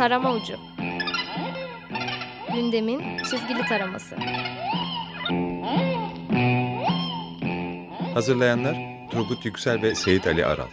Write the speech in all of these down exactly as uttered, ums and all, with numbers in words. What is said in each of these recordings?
Tarama Ucu. Gündemin çizgili taraması. Hazırlayanlar Turgut Yüksel ve Seyit Ali Aral.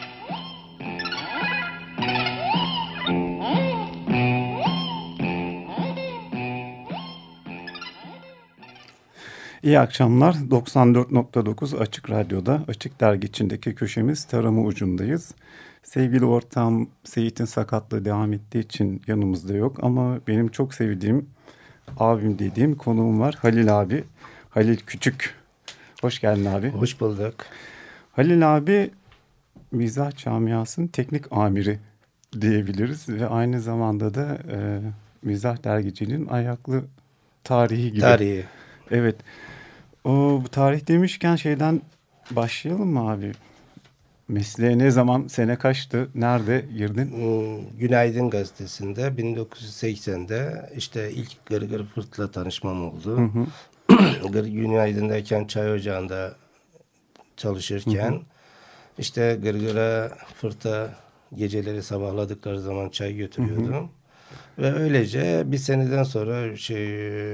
İyi akşamlar. doksan dört nokta dokuz Açık Radyo'da Açık Dergi içindeki köşemiz Tarama Ucu'ndayız. Sevgili ortağım Seyit'in sakatlığı devam ettiği için yanımızda yok ama benim çok sevdiğim, abim dediğim konuğum var. Halil abi, Halil Küçük. Hoş geldin abi. Hoş bulduk. Halil abi mizah camiasının teknik amiri diyebiliriz ve aynı zamanda da e, mizah dergiciliğinin ayaklı tarihi gibi. Tarihi. Evet. O, bu tarih demişken şeyden başlayalım mı abi? Mesleğe ne zaman, sene kaçtı, nerede girdin? Günaydın gazetesinde bin dokuz yüz seksende işte ilk Gırgır Fırt'la tanışmam oldu. Hı hı. Günaydın'dayken çay ocağında çalışırken hı hı. işte Gırgır'a Fırt'a geceleri sabahladıkları zaman çay götürüyordum. Hı hı. Ve öylece bir seneden sonra şey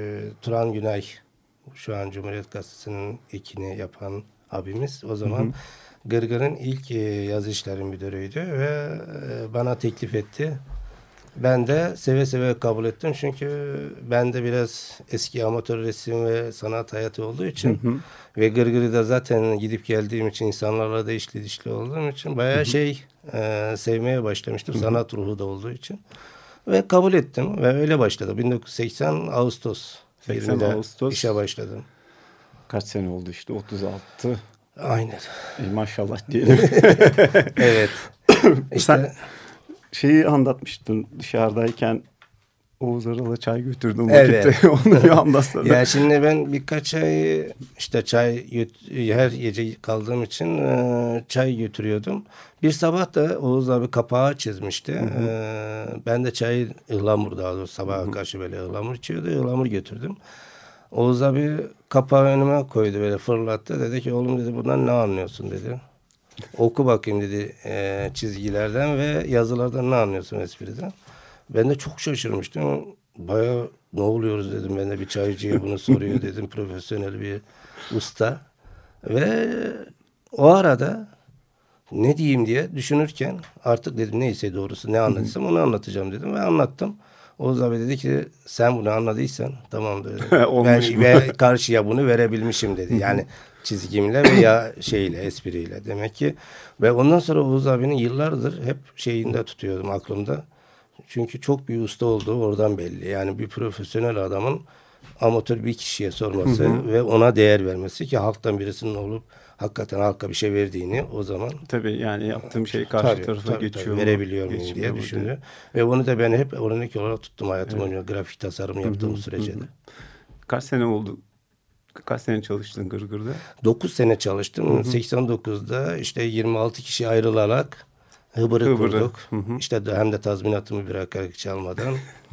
Turan Günay, şu an Cumhuriyet Gazetesi'nin ekini yapan abimiz, o zaman hı hı. Gırgır'ın ilk yazı işleri müdürüydü ve bana teklif etti. Ben de seve seve kabul ettim çünkü ben de biraz eski amatör resim ve sanat hayatı olduğu için hı hı. ve Gırgır'ı da zaten gidip geldiğim için, insanlarla da içli dışlı olduğum için bayağı hı hı. şey e, sevmeye başlamıştım. Hı hı. Sanat ruhu da olduğu için ve kabul ettim ve öyle başladı. bin dokuz yüz seksen Ağustos seksen Ağustos işe başladım. Kaç sene oldu işte? otuz altı. Aynen. E, maşallah diyelim. Evet. İşte sen şeyi anlatmıştın dışarıdayken, Oğuz Aral'a çay götürdüm evet. vakitte. Onu bir anlatsana. Ya şimdi ben birkaç ay işte çay her gece kaldığım için e, çay götürüyordum. Bir sabah da Oğuz abi kapağı çizmişti. Hı hı. E, ben de çayı ıhlamur, daha doğrusu sabaha hı hı. karşı böyle ıhlamur içiyordu. Ihlamur götürdüm. Oğuz abi kapağı önüme koydu, böyle fırlattı. Dedi ki oğlum dedi, bundan ne anlıyorsun dedi. Oku bakayım dedi e, çizgilerden ve yazılardan ne anlıyorsun, espriden. Ben de çok şaşırmıştım. Bayağı ne oluyoruz dedim. Ben de bir çaycıya bunu soruyor dedim. Profesyonel bir usta. Ve o arada ne diyeyim diye düşünürken artık dedim neyse doğrusu ne anlatırsam onu anlatacağım dedim ve anlattım. Oğuz abi dedi ki sen bunu anladıysan tamam dedi. ben ve karşıya bunu verebilmişim dedi. Yani çizgimle veya şeyle, espriyle demek ki. Ve ondan sonra Oğuz abinin yıllardır hep şeyinde tutuyordum aklımda. Çünkü çok bir usta olduğu oradan belli. Yani bir profesyonel adamın amatör bir kişiye sorması hı hı. ve ona değer vermesi ki halktan birisinin olup hakikaten halka bir şey verdiğini o zaman. Tabii yani yaptığım şey karşı tabii, tarafa tabii, geçiyor tabii, verebiliyor muyum diye düşündü. Ve onu da ben hep örnek olarak tuttum hayatım boyunca, evet. grafik tasarım yaptığım hı hı, sürece de. Kaç sene oldu? Kaç sene çalıştın Gırgır'da? dokuz sene çalıştım. Hı hı. seksen dokuzda işte yirmi altı kişi ayrılarak Hıbır'ı, Hıbır'ı kurduk. Hı hı. İşte hem de tazminatımı bırakarak çalmadan.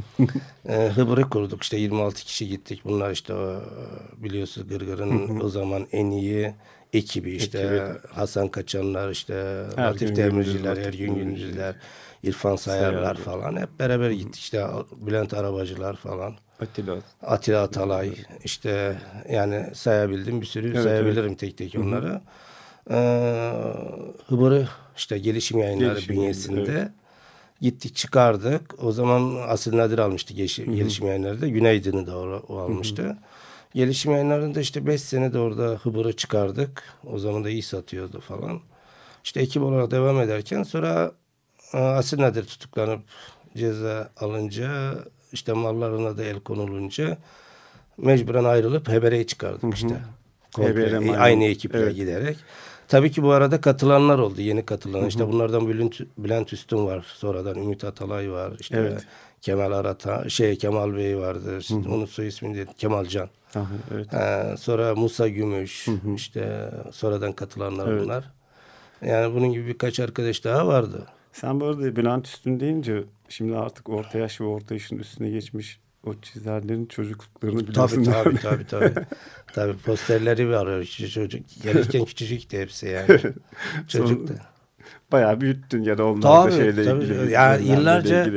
e, Hıbır'ı kurduk. İşte yirmi altı kişi gittik. Bunlar işte o, biliyorsunuz Gırgır'ın o zaman en iyi ekibi işte Ekibi. Hasan Kaçanlar, işte her Latif Demirciler, Ergün Gündüzler, İrfan Sayarlar Sayarlı. falan hep beraber gittik. İşte Bülent Arabacılar falan. Atilla. Atilla Atalay. İşte yani sayabildim bir sürü evet, sayabilirim evet. tek tek onları. Hı hı. Ee, Hıbır'ı işte Gelişim Yayınları Gelişim, bünyesinde evet. gittik çıkardık. O zaman Asil Nadir almıştı Gelişim, Gelişim Yayınları'da. Günaydın'ı da o, o almıştı. Hı hı. Gelişim Yayınları'nda işte beş sene de orada Hıbır'ı çıkardık. O zaman da iyi satıyordu falan. İşte ekip olarak devam ederken sonra Asil Nadir tutuklanıp ceza alınca, işte mallarına da el konulunca mecburen ayrılıp Hebere'yi çıkardık hı hı. işte. Komple, aynı ekiple evet. giderek. Tabii ki bu arada katılanlar oldu. Yeni katılan. Hı hı. İşte bunlardan Bülent, Bülent Üstün var. Sonradan Ümit Atalay var. İşte evet. Kemal Arata, şey Kemal Bey vardı. İşte onun soy ismini de Kemal Can. Aha, evet. Ee, sonra Musa Gümüş. Hı hı. İşte sonradan katılanlar evet. bunlar. Yani bunun gibi birkaç arkadaş daha vardı. Sen bu arada Bülent Üstün deyince şimdi artık orta yaş ve orta yaşın üstüne geçmiş o çizerlerin çocukluklarını biliyorsun. Tabii tabii tabii. tabii. Tabii posterleri var. Çocuk. Gelirken küçücüktü hepsi yani. Çocuktu. Bayağı büyüttün ya da onlar da şeyle tabii. ilgili. Yani yıllarca ilgili.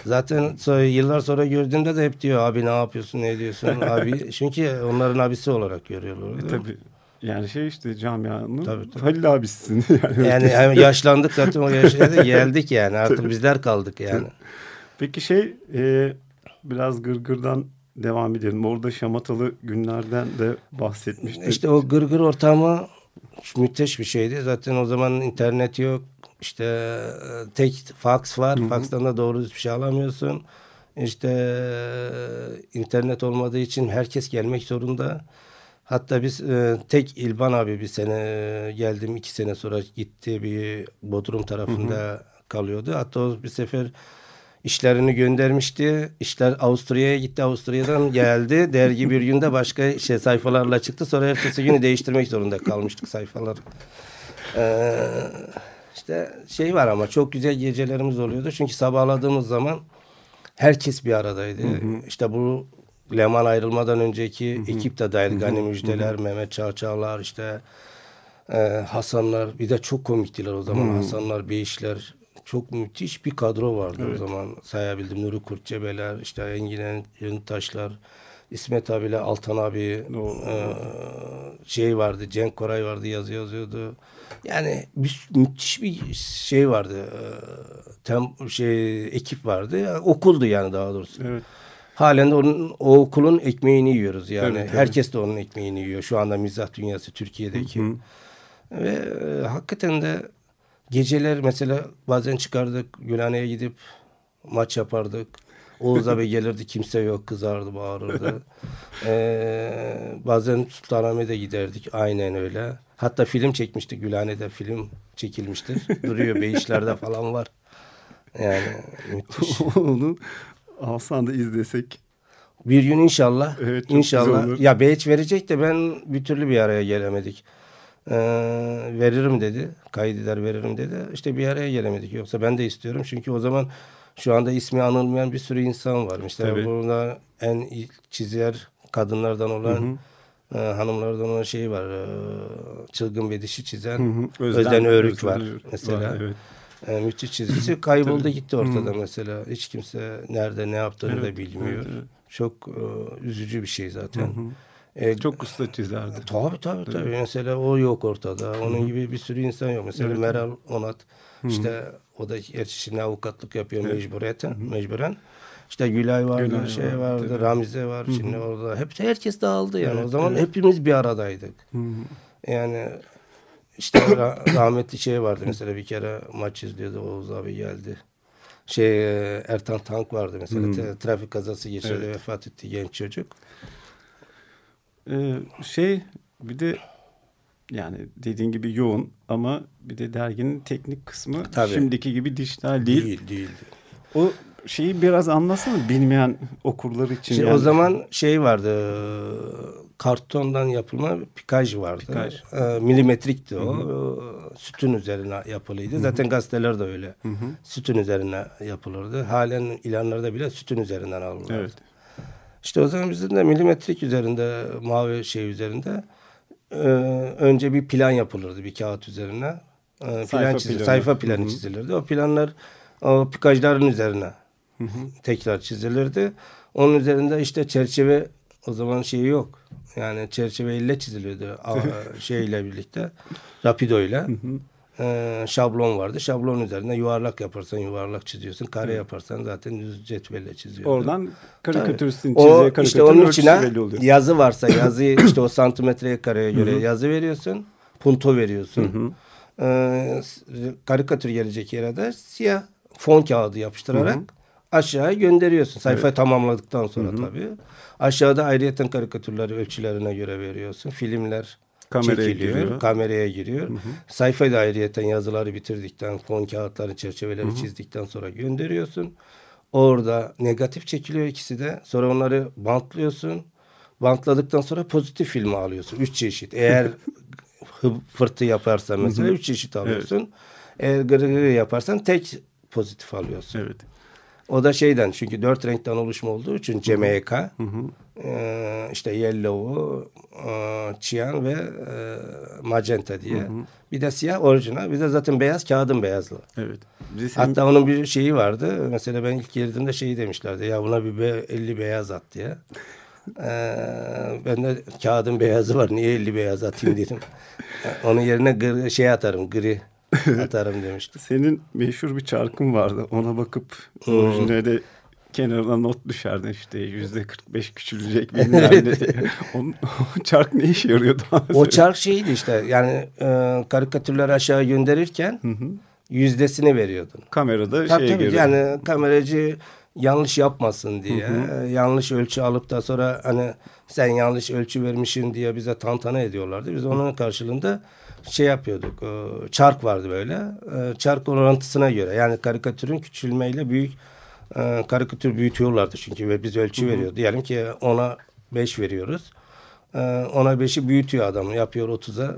Zaten sonra, yıllar sonra gördüğümde de hep diyor abi ne yapıyorsun, ne ediyorsun abi. Çünkü onların abisi olarak görüyorlar. E, tabii. Yani şey işte camianın Tabii, tabii. Halil abisisin. Yani, Yani hem yaşlandık zaten o yaşa da geldik yani. Artık bizler kaldık yani. Peki şey e, biraz gırgırdan devam edelim. Orada şamatalı günlerden de bahsetmiştik. İşte o gırgır ortamı müthiş bir şeydi. Zaten o zaman internet yok. İşte tek fax var. Hı hı. Fax'tan da doğru bir şey alamıyorsun. İşte internet olmadığı için herkes gelmek zorunda. Hatta biz e, tek İlban abi bir sene e, geldim. iki sene sonra gitti bir Bodrum tarafında hı hı. kalıyordu. Hatta o bir sefer işlerini göndermişti. İşler Avusturya'ya gitti. Avusturya'dan geldi. Dergi bir günde başka şey sayfalarla çıktı. Sonra ertesi günü değiştirmek zorunda kalmıştık sayfaları. Ee, işte şey var ama çok güzel gecelerimiz oluyordu. Çünkü sabahladığımız zaman herkes bir aradaydı. Hı hı. İşte bu Leman ayrılmadan önceki hı hı. ekip de dahil. Gani Müjdeler, hı hı. Mehmet Çağçağlar, işte e, Hasanlar. Bir de çok komiktiler o zaman. Hı hı. Hasanlar, Beyişler. Çok müthiş bir kadro vardı evet. o zaman. Sayabildim. Nuri Kurtçebeler, işte Engin Yöntaşlar, İsmet abiyle Altan abi, e, şey vardı, Cenk Koray vardı, yazı yazıyordu. Yani bir, müthiş bir şey vardı. E, tem, şey ekip vardı. Yani, okuldu yani daha doğrusu. Evet. Halen de onun, o okulun ekmeğini yiyoruz yani. Tabii, tabii. Herkes de onun ekmeğini yiyor. Şu anda mizah dünyası Türkiye'deki. Hı hı. Ve e, hakikaten de geceler mesela bazen çıkardık Gülhane'ye gidip maç yapardık. Oğuz abi gelirdi, kimse yok, kızardı, bağırırdı. ee, bazen Sultanahmet'e giderdik, aynen öyle. Hatta film çekmiştik, Gülhane'de film çekilmiştir. Duruyor, Beyişler'de falan var. Yani müthiş. Onu alsan da izlesek. Bir gün inşallah. Evet, inşallah. Ya Beyiç verecek de ben bir türlü bir araya gelemedik. Ee, veririm dedi. Kaydeder veririm dedi. İşte bir araya gelemedik. Yoksa ben de istiyorum. Çünkü o zaman şu anda ismi anılmayan bir sürü insan var. İşte tabii. Burada en ilk çizer kadınlardan olan hı hı. E, hanımlardan olan şey var. E, çılgın ve dişi çizen hı hı. Özden, Özden Örük Özden var. Örük. Mesela. Var, evet. E, müthiş çizgisi kayboldu gitti ortada hı. mesela. Hiç kimse nerede ne yaptığını evet, da bilmiyor. Evet, evet. Çok e, üzücü bir şey zaten. Hı hı. E, Çok usta çizerdi. Tabii tabii. tabii. Mesela o yok ortada. Onun Hı-hı. gibi bir sürü insan yok. Mesela evet. Meral Onat Hı-hı. işte o da şimdi avukatlık yapıyor evet. mecburiyetten, mecburen. İşte Gülay vardı, Gülay şey var, vardı, tabii. Ramize var. Hı-hı. Şimdi orada hep herkes dağıldı yani. Evet, o zaman evet. hepimiz bir aradaydık. Hı-hı. Yani işte ra- rahmetli şey vardı mesela bir kere maç izliyordu, Oğuz abi geldi. Şey Ertan Tank vardı mesela T- trafik kazası geçirdi evet. vefat etti genç çocuk. Ee, şey bir de yani dediğin gibi yoğun ama bir de derginin teknik kısmı tabii. şimdiki gibi dijital değil. Değil, değil. O şeyi biraz anlatsana bilmeyen okurlar için. Şey, yani. O zaman şey vardı, kartondan yapılma pikaj vardı. Pikaj. E, milimetrikti o. Hı-hı. Sütun üzerine yapılıydı. Hı-hı. Zaten gazeteler de öyle. Hı-hı. Sütun üzerine yapılırdı. Halen ilanlarda bile sütun üzerinden alırlardı. Evet. İşte o zaman bizim de milimetrik üzerinde, mavi şey üzerinde e, önce bir plan yapılırdı bir kağıt üzerine. E, plan sayfa, çizil, planı. sayfa planı Hı-hı. çizilirdi. O planlar o pikajların üzerine Hı-hı. tekrar çizilirdi. Onun üzerinde işte çerçeve o zaman şeyi yok. Yani çerçeve ile çiziliyordu şeyle birlikte, rapido ile. Hı-hı. Ee, şablon vardı. Şablon üzerine yuvarlak yaparsan yuvarlak çiziyorsun. Kare evet. yaparsan zaten düz cetvelle çiziyorsun. Oradan karikatüristin çizdiği karikatür işte onun içine yazı varsa yazıyı işte o santimetreye kareye göre Hı-hı. yazı veriyorsun. Punto veriyorsun. Ee, karikatür gelecek yere de siyah fon kağıdı yapıştırarak Hı-hı. aşağıya gönderiyorsun. Sayfayı evet. tamamladıktan sonra Hı-hı. tabii. Aşağıda ayrıyeten karikatürleri ölçülerine göre veriyorsun. Filmler kameraya çekiliyor, giriyor. kameraya giriyor. Hı hı. Sayfayı da ayrıyeten yazıları bitirdikten, fon kağıtları, çerçeveleri hı hı. çizdikten sonra gönderiyorsun. Orada negatif çekiliyor ikisi de. Sonra onları bantlıyorsun. Bantladıktan sonra pozitif filmi alıyorsun. Üç çeşit. Eğer fırtı yaparsan mesela üç çeşit alıyorsun. Evet. Eğer gırı gırı yaparsan tek pozitif alıyorsun. Evet. O da şeyden, çünkü dört renkten oluşma olduğu için C M Y K, e, işte yellow'u, e, cyan ve e, magenta diye. Hı hı. Bir de siyah orijinal, bir de zaten beyaz kağıdın beyazlığı. Evet. Senin... Hatta onun bir şeyi vardı. Mesela ben ilk girdiğimde şeyi demişlerdi. Ya buna bir be, elli beyaz at diye. Ee, ben de kağıdın beyazı var. Niye elli beyaz atayım dedim. Onun yerine gri, şey atarım, gri atarım demişti. Senin meşhur bir çarkın vardı. Ona bakıp hmm. orijinalde kenarına not düşerdi işte yüzde kırk beş küçülecek bilmem ne diye. Onun, o çark ne işe yarıyordu? O çark şeydi işte, yani e, karikatürleri aşağı gönderirken hı hı. yüzdesini veriyordun. Kamerada tabii, şey tabii, yani kameracı yanlış yapmasın diye, hı hı. yanlış ölçü alıp da sonra hani sen yanlış ölçü vermişsin diye bize tantana ediyorlardı. Biz onun karşılığında şey yapıyorduk. Çark vardı böyle. Çark orantısına göre, yani karikatürün küçülmeyle büyük e, karikatür büyütüyorlardı çünkü ve biz ölçü veriyordu. Diyelim ki ona beş veriyoruz. Ona beşi büyütüyor adam. Yapıyor otuza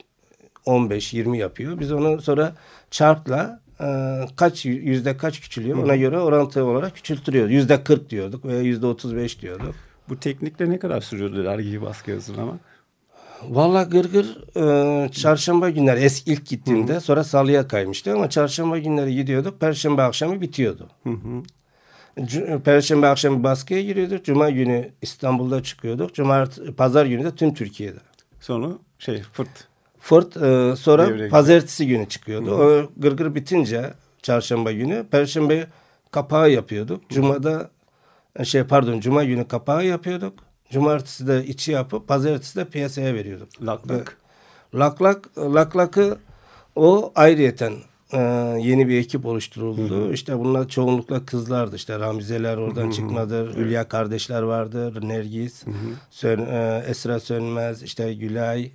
on beş yirmi yapıyor. Biz onu sonra çarkla e, kaç yüzde kaç küçülüyor, ona göre orantı olarak küçültürüyor. Yüzde kırk diyorduk veya yüzde otuz beş diyorduk. Bu teknikle ne kadar sürüyordu dergiyi baskı hazırlamak? Vallahi gırgır e, çarşamba günleri eski ilk gittiğimde, hı hı. sonra salıya kaymıştı ama çarşamba günleri gidiyorduk. Perşembe akşamı bitiyordu. Hı hı. Perşembe akşamı baskıya giriyorduk. Cuma günü İstanbul'da çıkıyorduk. Cumart pazar günü de tüm Türkiye'de. Sonra şey fırt. Fırt e, sonra Devreye pazartesi günü çıkıyordu. Hı. O gırgır bitince çarşamba günü, perşembe kapağı yapıyorduk. Cuma'da şey pardon cuma günü kapağı yapıyorduk. Cumartesi de içi yapıp pazartesi de piyasaya veriyorduk. Lak lak. Lak lak, lak lakı o ayrıyeten e, yeni bir ekip oluşturuldu. Hı hı. İşte bunlar çoğunlukla kızlardı. İşte Ramizeler oradan hı hı. çıkmadır. Evet. Hülya kardeşler vardır. Nergis, hı hı. Sön, e, Esra Sönmez, işte Gülay,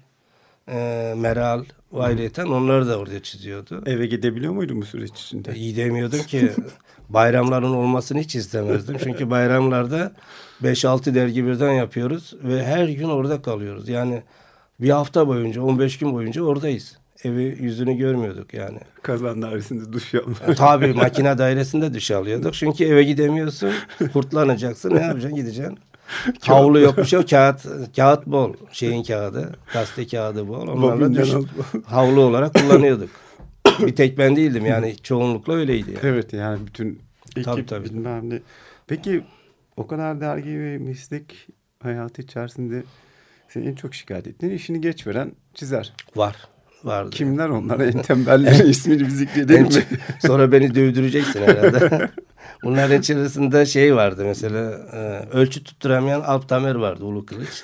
e, Meral, o ayrıyeten onları da orada çiziyordu. Eve gidebiliyor muydun bu süreç içinde? İyi demiyordum ki. Bayramların olmasını hiç istemezdim. Çünkü bayramlarda beş altı dergi birden yapıyoruz ve her gün orada kalıyoruz. Yani bir hafta boyunca, on beş gün boyunca oradayız. Evi yüzünü görmüyorduk yani. Kazan dairesinde duş yapmak. Tabii makine dairesinde duş alıyorduk. Çünkü eve gidemiyorsun. Kurtlanacaksın. Ne yapacaksın? Gideceksin. Havlu yokmuş o kağıt. Kağıt bol. Şeyin kağıdı. Gazete kağıdı bol. Onlarla duş, havlu olarak kullanıyorduk. Bir tek ben değildim yani, çoğunlukla öyleydi. Yani. Evet, yani bütün ekip tabii, tabii. bilmem ne. Peki o kadar dergi ve meslek hayatı içerisinde seni en çok şikayet ettiğin, işini geç veren çizer. Var. Vardı. Kimler onlar? En tembellerin ismini bir zikredelim mi? Sonra beni dövdüreceksin herhalde. Bunların içerisinde şey vardı mesela, e, ölçü tutturamayan Alp Tamer vardı, Ulu Kılıç.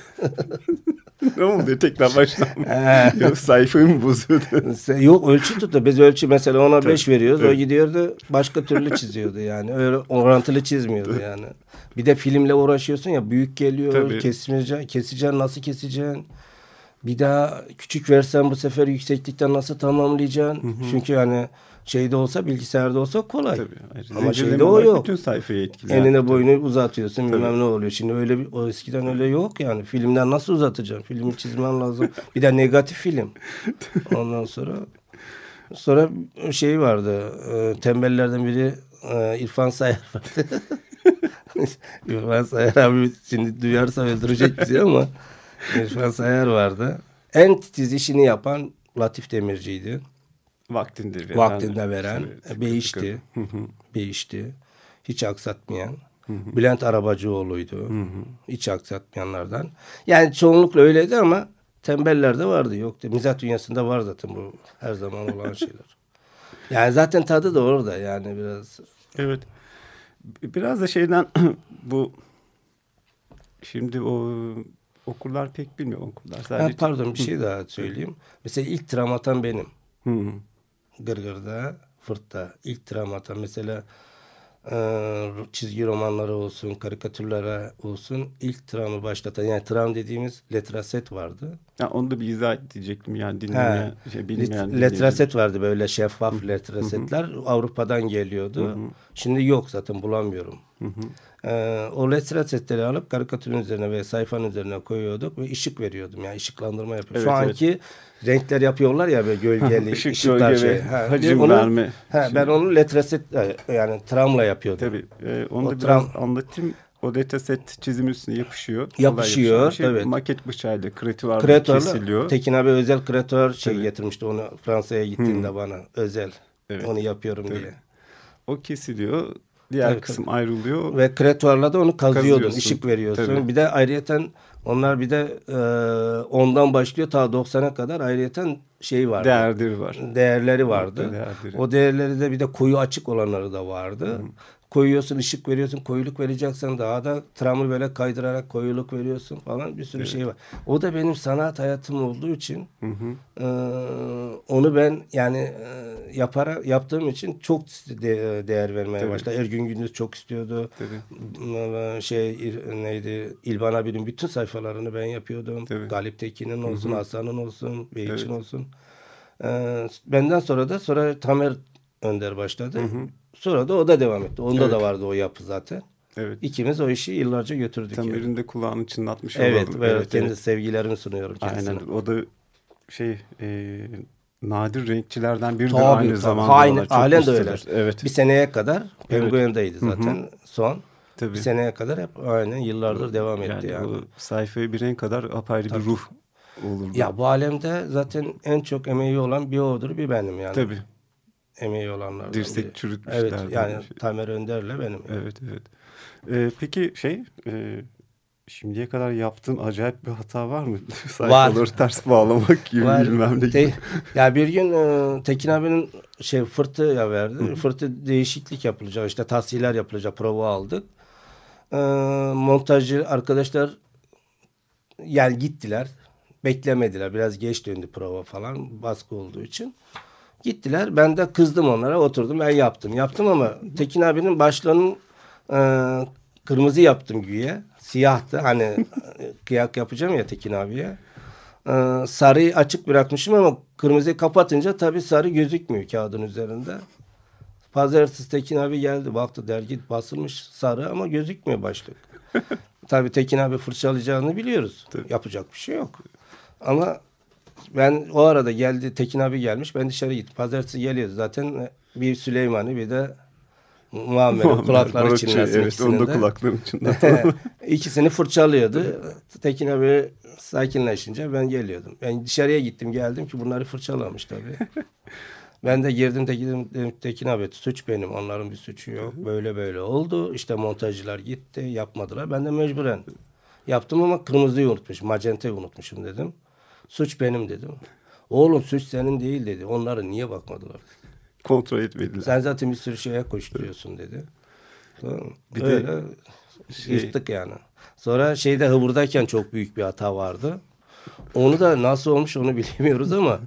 Ne oldu? Tekrar baştan mı? Yok, sayfayı mı bozuyordu? Yok, ölçü tuttu. Biz ölçü mesela ona beş veriyoruz. Evet. O gidiyordu başka türlü çiziyordu yani. Öyle orantılı çizmiyordu yani. Bir de filmle uğraşıyorsun ya, büyük geliyor. Kesmeyeceksin, keseceksin, nasıl keseceksin? Bir daha küçük versen bu sefer yükseklikten nasıl tamamlayacaksın? Hı hı. Çünkü yani şeyde olsa, bilgisayarda olsa kolay. Tabii. Ama şeyde o yok. Bütün sayfayı etkiler. Enine boyunu uzatıyorsun, tabii. Bilmem ne oluyor. Şimdi öyle bir, o eskiden öyle yok yani. Filmden nasıl uzatacaksın? Filmi çizmen lazım. Bir de negatif film. Ondan sonra sonra şey vardı. E, tembellerden biri e, İrfan Sayar vardı. İrfan Sayar abi şimdi duyarsa öldürecek bizi ama İrfan Sayar vardı. En titiz işini yapan Latif Demirci'ydi. Vaktinde veren. Vaktinde veren. Evet, Beyişti. Beyişti. Hiç aksatmayan. Hı hı. Bülent Arabacıoğlu'ydu. Hı hı. Hiç aksatmayanlardan. Yani çoğunlukla öyleydi ama tembeller de vardı. Yoktu. Mizah dünyasında var zaten bu her zaman olan şeyler. Yani zaten tadı da orada yani biraz. Evet. Biraz da şeyden bu şimdi o okurlar pek bilmiyor okurlar. Sadece... Ha, pardon bir şey daha söyleyeyim. Mesela ilk tram atan benim. Hı hı. Gırgır'da, Fırt'ta ilk tram atan mesela e, çizgi romanları olsun, karikatürlere olsun ilk tramı başlatan, yani tram dediğimiz letraset vardı. Ya onu da bir izah et diyecektim yani dinlemeyen, şey, bilmeyen. Lit- Letraset vardı böyle şeffaf letrasetler. Avrupa'dan geliyordu. Hı hı. Şimdi yok zaten bulamıyorum. Hı hı. Ee, o letrasetleri alıp karikatürün üzerine ve sayfanın üzerine koyuyorduk ve ışık veriyordum. Yani ışıklandırma yapıyordum. Evet, Şu anki evet. renkler yapıyorlar ya böyle gölgeli Işık, ışıklar gölge şey. ve Ha, hacim onu, verme. Ha, ben onu letraset yani tramla yapıyordum. Tabii. E, onu o da tram... biraz anlatayım. O dataset çizim üstüne yapışıyor. Yapışıyor. Şey, evet. Maket bıçağıyla kreatörle kesiliyor. Tekin abi özel kreatör şey tabii. getirmişti onu Fransa'ya gittiğinde hmm. bana özel. Evet. Onu yapıyorum tabii. diye. O kesiliyor. Diğer tabii, kısım tabii. ayrılıyor. Ve kreatörle de onu kazıyordun. Işık veriyorsun. Tabii. Bir de ayrıyeten onlar bir de e, ondan başlıyor ta doksana kadar ayrıyeten şey vardı. Değerleri var. Değerleri vardı. Değerleri. O değerleri de bir de koyu açık olanları da vardı. Hmm. Koyuyorsun, ışık veriyorsun, koyuluk vereceksen daha da tramı böyle kaydırarak koyuluk veriyorsun falan bir sürü evet. şey var. O da benim sanat hayatım olduğu için hı hı. E, onu ben yani e, yaparak yaptığım için çok de, değer vermeye Tabii. başladım. Ergün Gündüz çok istiyordu. Tabii. Şey neydi? İlban abinin bütün sayfalarını ben yapıyordum. Tabii. Galip Tekin'in olsun, Hasan'ın olsun, Beyçin evet. olsun. E, benden sonra da sonra Tamer Önder başladı. Hı hı. Sonra da o da devam etti. Onda evet. da vardı o yapı zaten. Evet. İkimiz o işi yıllarca götürdük. Tamer'in yani. de kulağını çınlatmış evet, olalım. Evet, evet. Kendi evet. sevgilerimi sunuyorum kendisine. Aynen. O da şey e, nadir renkçilerden biridir tabii, aynı tabii. zamanda. Aynı, halen de öyle. Evet. Bir seneye kadar Penguen'daydı evet. zaten Hı-hı. son. Tabii. Bir seneye kadar hep aynen yıllardır devam etti yani. yani. O sayfaya bir renk kadar apayrı tabii. bir ruh olurdu. Ya bu alemde zaten en çok emeği olan bir odur bir benim yani. Tabii. Emeği olanlardan Dirsek biri. çürütmüşler. Evet yani şey. Tamer Önder'le benim. Evet evet. Ee, peki şey e, şimdiye kadar yaptığın acayip bir hata var mı? Sayfaları ters bağlamak gibi var. Bilmem ne gibi. Te, ya bir gün e, Tekin abinin şey fırtı ya verdi. Hı. Fırtı değişiklik yapılacak işte tahsiller yapılacak prova aldık. E, montajcı arkadaşlar yani gittiler. Beklemediler. Biraz geç döndü prova falan baskı olduğu için. Gittiler. Ben de kızdım onlara. Oturdum. Ben yaptım. Yaptım ama Tekin abinin başlarının e, kırmızı yaptım güya. Siyahtı. Hani kıyak yapacağım ya Tekin abiye. E, sarıyı açık bırakmışım ama kırmızıyı kapatınca tabii sarı gözükmüyor kağıdın üzerinde. Pazartesi Tekin abi geldi. Baktı dergi basılmış sarı ama gözükmüyor başlık. Tabii Tekin abi fırçalayacağını biliyoruz. Tabii. Yapacak bir şey yok. Ama ben o arada geldi Tekin abi gelmiş. Ben dışarı gittim. Pazartesi geliyordu. Zaten bir Süleyman'ı bir de Muammer'in kulakları çınlasın evet, ikisini de. Onun da kulakları çınlasın. İkisini fırçalıyordu. Tekin abi sakinleşince ben geliyordum. Ben dışarıya gittim geldim ki bunları fırçalamış tabii. Ben de girdim Tekin, Tekin abi suç benim. Onların bir suçu yok. Böyle böyle oldu. İşte montajcılar gitti. Yapmadılar. Ben de mecburen yaptım ama kırmızıyı unutmuşum. Magentayı unutmuşum dedim. Suç benim dedim. Oğlum suç senin değil dedi. Onlara niye bakmadılar? Kontrol etmediler. Sen zaten bir sürü şeye koşturuyorsun dedi. Tamam. Bir Öyle de şey... yırttık yani. Sonra şeyde Hıvır'dayken çok büyük bir hata vardı. Onu da nasıl olmuş onu bilemiyoruz ama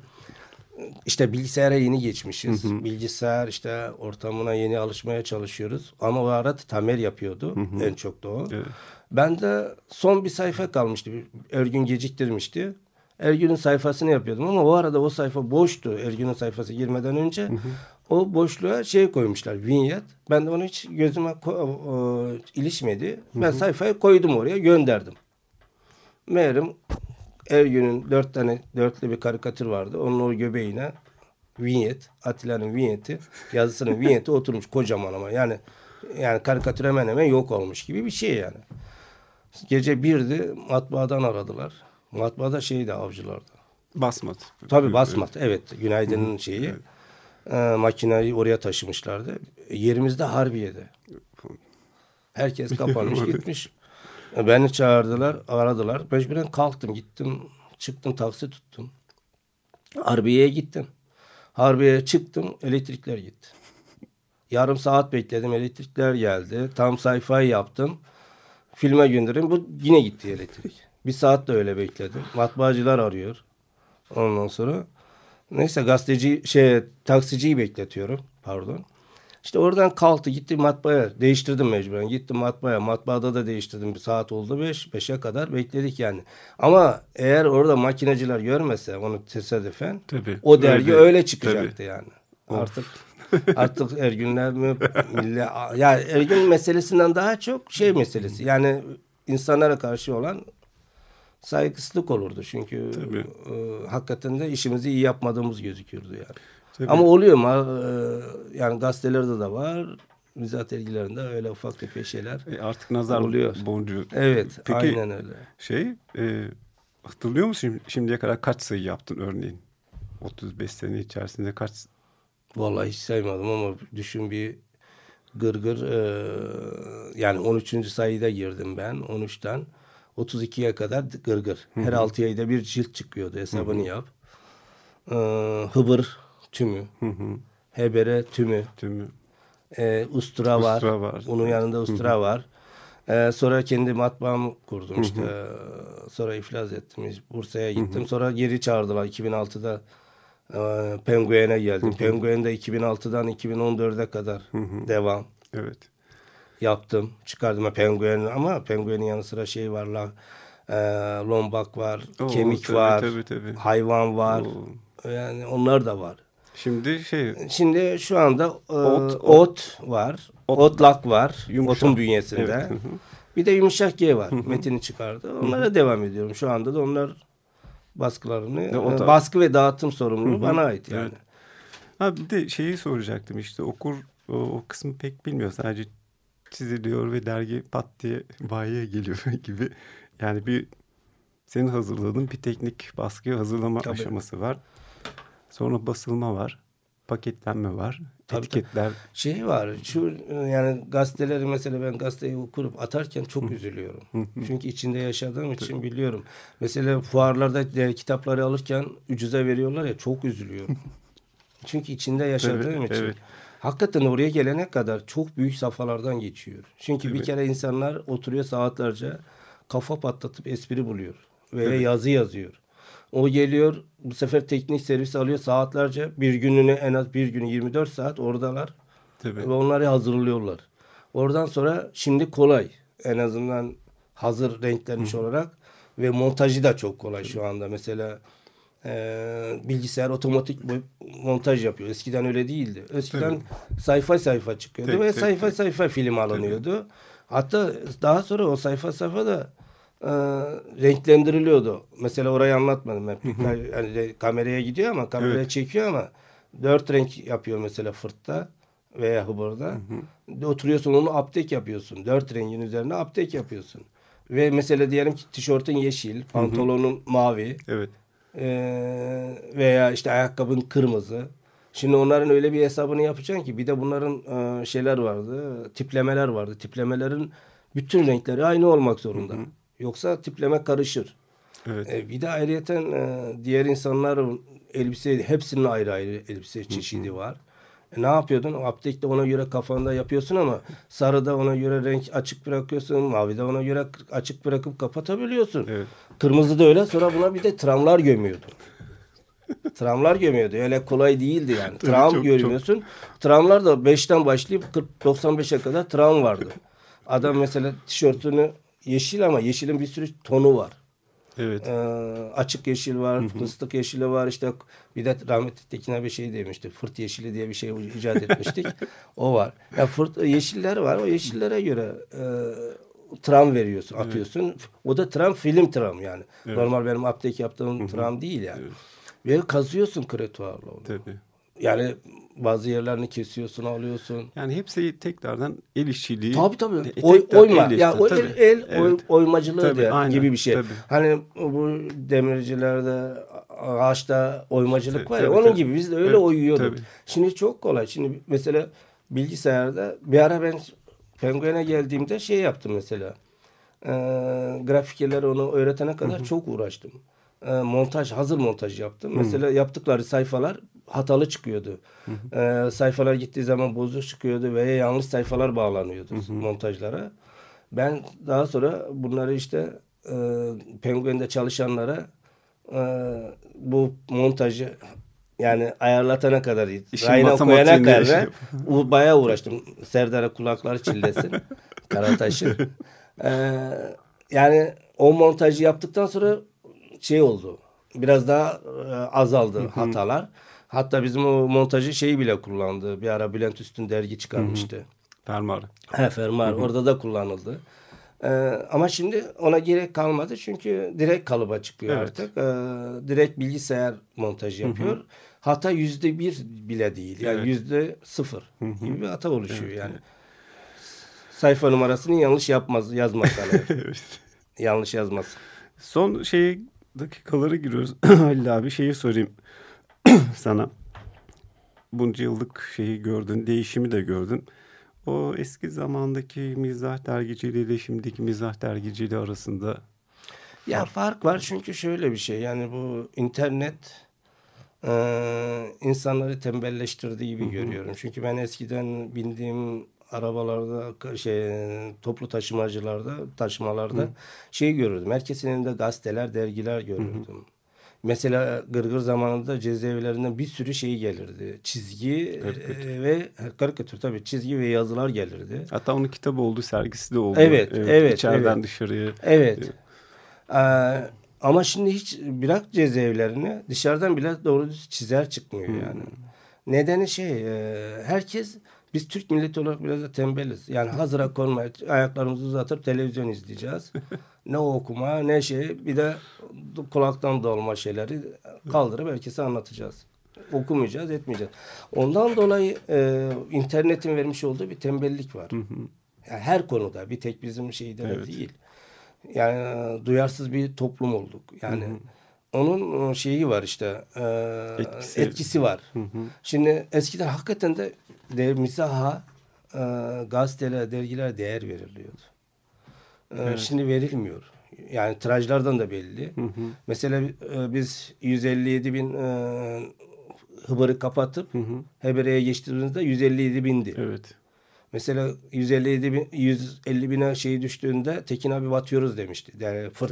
işte bilgisayara yeni geçmişiz. Hı hı. Bilgisayar işte ortamına yeni alışmaya çalışıyoruz. Ama o arada Tamer yapıyordu. Hı hı. En çok da o. Evet. Ben de son bir sayfa kalmıştı. Ergün geciktirmişti. Ergün'ün sayfasını yapıyordum ama o arada o sayfa boştu. Ergün'ün sayfası girmeden önce. Hı hı. O boşluğa şey koymuşlar. Vinyet. Ben de onu hiç gözüme ko- o, ilişmedi. Hı hı. Ben sayfayı koydum oraya gönderdim. Meğerim Ergün'ün dört tane dörtlü bir karikatür vardı. Onun o göbeğine vinyet, Atilla'nın vinyeti, yazısının vinyeti oturmuş kocaman ama yani yani karikatür hemen hemen yok olmuş gibi bir şey yani. Gece birdi matbaadan aradılar. Matbaada şeydi Avcılar'da. Basmat. Tabii Basmat evet. Günaydın'ın şeyi. Evet. E, makineyi oraya taşımışlardı. Yerimizde Harbiye'de. Herkes kapanmış gitmiş. Beni çağırdılar, aradılar. Mecburen kalktım, gittim, çıktım, taksi tuttum. Harbiye'ye gittim. Harbiye'ye çıktım, elektrikler gitti. Yarım saat bekledim, elektrikler geldi. Tam sayfayı yaptım. Filme gönderdim, bu yine gitti elektrik. Bir saat de öyle bekledim. Matbaacılar arıyor. Ondan sonra neyse gazeteci, şey, taksiciyi bekletiyorum, pardon. İşte oradan kalktı gitti matbaaya. Değiştirdim mecburen. Gittim matbaaya. Matbaada da değiştirdim. Bir saat oldu beş. Beşe kadar bekledik yani. Ama eğer orada makineciler görmese onu tesadüfen Tabii. o dergi Öyle. öyle çıkacaktı Tabii. yani. Of. Artık artık Ergünler mi milli ya Ergün meselesinden daha çok şey meselesi. Yani insanlara karşı olan saygısızlık olurdu. Çünkü e, hakikaten de işimizi iyi yapmadığımız gözükürdü yani. Tabii. Ama oluyor mu? E, yani gazetelerde de var. Mizah dergilerinde öyle ufak tefek şeyler. E artık nazar oluyor. boncuğu. Evet. Peki, aynen öyle. Şey e, hatırlıyor musun şimdiye kadar kaç sayı yaptın örneğin? otuz beş sene içerisinde kaç? Vallahi hiç saymadım ama düşün bir gırgır e, yani on üçüncü sayıda girdim ben on üçten otuz ikiye kadar gırgır. Her altı ayda bir cilt çıkıyordu, hesabını yap. E, Hıbır tümü. Hı hı. Hebere tümü. Tümü. E, ustura var. Ustura var. Onun yanında ustura hı hı. var. E, sonra kendi matbaamı kurdum hı hı. işte. E, sonra iflas ettim. Bursa'ya gittim. Hı hı. Sonra geri çağırdılar iki bin altıda. E, Penguen'e geldim. Hı hı. Penguen'de iki bin altıdan iki bin on dörde kadar hı hı. devam. Evet. Yaptım. Çıkardım Penguen'i ama Penguen'in yanı sıra şey var la, e, lombak var, Oo, kemik tabii, var, tabii, tabii. hayvan var. Oo. Yani onlar da var. Şimdi şey. Şimdi şu anda e, ot, ot, ot var, ot, otlak var, yumuşak. Otun bünyesinde. Evet. Hı hı. Bir de yumuşak G var. Hı hı. Metin'i çıkardı. Onlara hı hı. devam ediyorum. Şu anda da onlar baskılarını, e, e, baskı ve dağıtım sorumluluğu hı hı. bana ait yani. Evet. Ha bir de şeyi soracaktım işte okur o, o kısmı pek bilmiyor. Sadece çiziliyor ve dergi pat diye bayiye geliyor gibi. Yani bir senin hazırladığın bir teknik baskı hazırlama tabii. aşaması var. Sonra basılma var. Paketlenme var. Tabii etiketler. Şey var. Şu yani gazeteleri mesela ben gazeteyi okurup atarken çok üzülüyorum. Çünkü içinde yaşadığım için biliyorum. Mesela fuarlarda de, kitapları alırken ucuza veriyorlar ya çok üzülüyorum. Çünkü içinde yaşadığım evet, için. Evet. Hakikaten oraya gelene kadar çok büyük safhalardan geçiyor. Çünkü evet. bir kere insanlar oturuyor saatlerce kafa patlatıp espri buluyor. Veya evet. yazı yazıyor. O geliyor bu sefer teknik servis alıyor saatlerce. Bir gününü en az bir günü yirmi dört saat oradalar. Tabii. Ve onları hazırlıyorlar. Oradan sonra şimdi kolay. En azından hazır renklenmiş Hı. olarak. Ve montajı da çok kolay Tabii. şu anda. Mesela Ee, bilgisayar otomatik montaj yapıyor. Eskiden öyle değildi. Eskiden Tabii. sayfa sayfa çıkıyordu tek, ve tek, sayfa tek. sayfa film alınıyordu. Tabii. Hatta daha sonra o sayfa sayfa da e, renklendiriliyordu. Mesela orayı anlatmadım ben. Yani kameraya gidiyor ama kameraya evet. çekiyor ama dört renk yapıyor mesela fırtta veya hıbırda. Hı hı. Oturuyorsun onu uptek yapıyorsun. Dört rengin üzerine uptek yapıyorsun. Ve mesela diyelim ki tişörtün yeşil, pantolonun hı hı. mavi. Evet. Ee, veya işte ayakkabın kırmızı. Şimdi onların öyle bir hesabını yapacaksın ki bir de bunların e, şeyler vardı, tiplemeler vardı. Tiplemelerin bütün renkleri aynı olmak zorunda. Hı hı. Yoksa tipleme karışır. Evet. Ee, bir de ayrıyeten e, diğer insanların elbise hepsinin ayrı ayrı elbise çeşidi hı hı. var. E, ne yapıyordun? Aptekte ona göre kafanda yapıyorsun ama sarıda ona göre renk açık bırakıyorsun. Mavide ona göre açık bırakıp kapatabiliyorsun. Evet. Kırmızı da öyle. Sonra buna bir de tramlar gömüyordu. Tramlar gömüyordu. Öyle kolay değildi yani. Tabii tram çok, görmüyorsun. Çok... Tramlar da beşten başlayıp kırk doksan beşe kadar tram vardı. Adam mesela tişörtünü yeşil ama yeşilin bir sürü tonu var. Evet. Ee, açık yeşil var, hı hı. fıstık yeşili var. İşte bir de rahmetli Tekin abi şey demişti. Fırt yeşili diye bir şey icat etmiştik. O var. Ya fırt yeşiller var. O yeşillere göre e, tram veriyorsun, atıyorsun. Evet. O da tram, film tram yani. Evet. Normal benim aptek yaptığım hı hı. tram değil yani. Evet. Ve kazıyorsun kretuarla onu. Tabii. Yani bazı yerlerini kesiyorsun, alıyorsun. Yani hepsi tekrardan el işçiliği. Tabii tabii. E, Oy, oyma. Ya yani o el, el evet. oy, oymacılığı tabii, de, aynen, gibi bir şey. Tabii. Hani bu demircilerde, ağaçta oymacılık tabii, var ya tabii, onun tabii. gibi biz de öyle evet, oyuyorduk. Tabii. Şimdi çok kolay. Şimdi mesela bilgisayarda bir ara ben Penguen'e geldiğimde şey yaptım mesela. E, grafikerleri onu öğretene kadar hı hı. çok uğraştım. E, montaj, hazır montaj yaptım. Hı. Mesela yaptıkları sayfalar hatalı çıkıyordu. Hı hı. E, sayfalar gittiği zaman bozuk çıkıyordu veya yanlış sayfalar bağlanıyordu hı hı. montajlara. Ben daha sonra bunları işte e, Penguen'de çalışanlara e, bu montajı Yani ayarlatana kadar, İşin rayına koyana matematiğinde kadar şey u- bayağı uğraştım. Serdar'a kulakları çillesin. Karataş'ın. Ee, yani o montajı yaptıktan sonra şey oldu. Biraz daha e, azaldı hatalar. Hatta bizim o montajı şeyi bile kullandı. Bir ara Bülent Üstün dergi çıkarmıştı. Fermuar. He, fermuar. Orada da kullanıldı. Ee, ama şimdi ona gerek kalmadı. Çünkü direkt kalıba çıkıyor Evet. artık. Ee, direkt bilgisayar montajı yapıyor. Hı hı. Hata yüzde bir bile değil. Yani Evet. yüzde sıfır gibi bir hata oluşuyor yani. Sayfa numarasını yanlış yapmaz, yazmaz sana. Evet. Yanlış yazmaz. Son şey dakikalara giriyoruz. Halil abi şeyi sorayım sana. Bunca yıllık şeyi gördün, değişimi de gördün. O eski zamandaki mizah dergiciliği ile şimdiki mizah dergiciliği arasında Ya fark var çünkü şöyle bir şey. Yani bu internet e, insanları tembelleştirdiği gibi görüyorum. Çünkü ben eskiden bindiğim arabalarda, şey toplu taşımacılarda, taşımalarda Hı. şey görürdüm. Herkesin elinde gazeteler, dergiler görürdüm. Hı. Mesela Gırgır zamanında cezaevlerinden bir sürü şey gelirdi. Çizgi karikatür. E, ve karikatür tabii çizgi ve yazılar gelirdi. Hatta onun kitabı oldu, sergisi de oldu. Evet, evet. evet İçeriden evet. dışarıya. Evet. Ee, ama şimdi hiç bırak cezaevlerini, dışarıdan bile doğru düz çizer çıkmıyor yani. Hmm. Nedeni şey, e, herkes, biz Türk milleti olarak biraz da tembeliz. Yani hazıra konmaya, ayaklarımızı uzatıp televizyon izleyeceğiz. Ne okuma, ne şey, bir de kulaktan dolma şeyleri kaldırıp herkese anlatacağız. Okumayacağız, etmeyeceğiz. Ondan dolayı e, internetin vermiş olduğu bir tembellik var. Yani her konuda, bir tek bizim şeyde Evet. değil. Yani duyarsız bir toplum olduk. Yani hı hı. onun şeyi var işte, e, etkisi. etkisi var. Hı hı. Şimdi eskiden hakikaten de, de mizaha e, gazeteler, dergiler değer veriliyordu. E, evet. Şimdi verilmiyor. Yani tirajlardan da belli. Hı hı. Mesela e, biz yüz elli yedi bin e, Hıbır'ı kapatıp hı hı. Hebere'ye geçtiğimizde yüz elli yedi bindi. Evet. Mesela yüz elli yedi bin, yüz elli bine şey düştüğünde Tekin abi batıyoruz demişti. Yani fırt.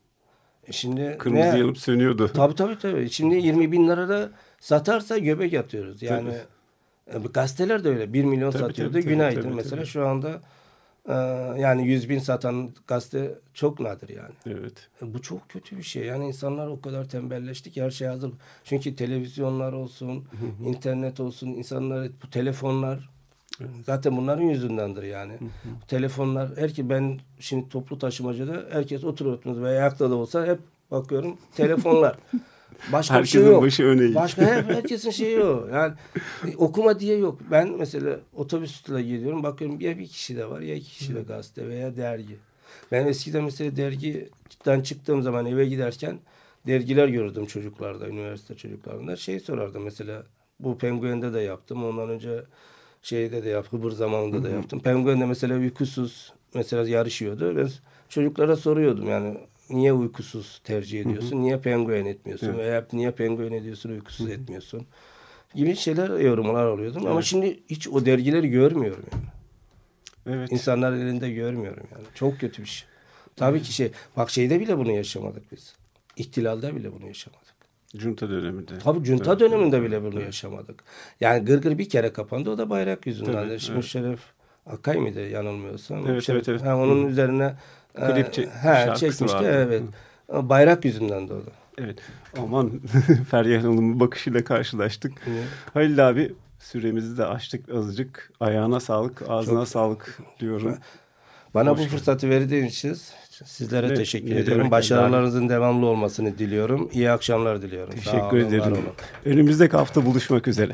E şimdi kırmızı ne? yanıp sönüyordu. Tabii tabii tabii. Şimdi yirmi bin lirada satarsa göbek atıyoruz. Yani e, gazeteler de öyle. Bir milyon tabii, satıyordu. Tabii, Günaydın tabii, mesela tabii. Şu anda e, yani yüz bin satan gazete çok nadir yani. Evet. E, bu çok kötü bir şey. Yani insanlar o kadar tembelleşti ki her şey hazır. Çünkü televizyonlar olsun, hı hı. internet olsun, insanlar bu telefonlar, zaten bunların yüzündendir yani. Hı hı. Telefonlar, herki ben şimdi toplu taşımacıda herkes oturuyorsunuz veya ayakta da olsa hep bakıyorum telefonlar. Başka herkesin bir şey yok. başı öne. Başka hep herkesin şeyi o. Yani okuma diye yok. Ben mesela otobüsle gidiyorum, bakıyorum ya bir kişi de var ya iki kişi de gazete veya dergi. Ben eskiden mesela dergiden çıktığım zaman eve giderken dergiler görürdüm çocuklarda, üniversite çocuklarında. Şey sorardım mesela, bu Penguen'de de yaptım. Ondan önce şeyde de yaptım, Hıbır zamanında da yaptım. Penguen'de mesela uykusuz mesela yarışıyordu. Ben çocuklara soruyordum yani, niye uykusuz tercih ediyorsun? Hı hı. Niye penguen etmiyorsun? Evet. Veya niye penguen ediyorsun, uykusuz hı hı. etmiyorsun? Gibi şeyler, yorumlar alıyordum. Evet. Ama şimdi hiç o dergileri görmüyorum yani. Evet. İnsanların elinde görmüyorum yani. Çok kötü bir şey. Tabii ki şey, bak şeyde bile bunu yaşamadık biz. İhtilalde bile bunu yaşamadık. Junta döneminde. Tabii Junta evet. döneminde bile bunu evet. yaşamadık. Yani Gırgır bir kere kapandı, o da bayrak yüzünden. Şimdi evet. Şeref Akay mıydı yanılmıyorsam? Evet, Şeref, evet, evet. Ha, onun Hı. üzerine klip çek, he, çekmişti. Evet. Hı. Bayrak yüzünden de o da. Evet. Aman Feryal Hanım'ın bakışıyla karşılaştık. Hı. Halil abi, süremizi de açtık azıcık. Ayağına sağlık, ağzına Çok, sağlık diyorum. Bana Hoş bu fırsatı verdiğiniz için sizlere evet, teşekkür ne ediyorum. Başarılarınızın yani. devamlı olmasını diliyorum. İyi akşamlar diliyorum. Teşekkür olun, ederim. Önümüzdeki hafta buluşmak üzere.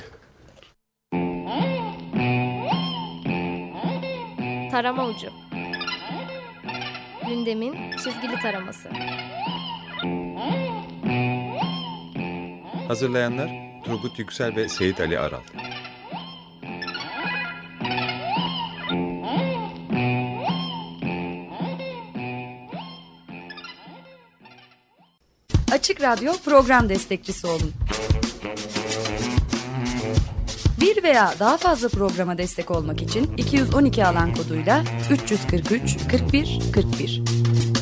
Tarama Ucu. Gündemin çizgili taraması. Hazırlayanlar Turgut Yüksel ve Seyit Ali Aral. Açık Radyo program destekçisi olun. Bir veya daha fazla programa destek olmak için iki yüz on iki alan koduyla üç yüz kırk üç kırk bir kırk bir.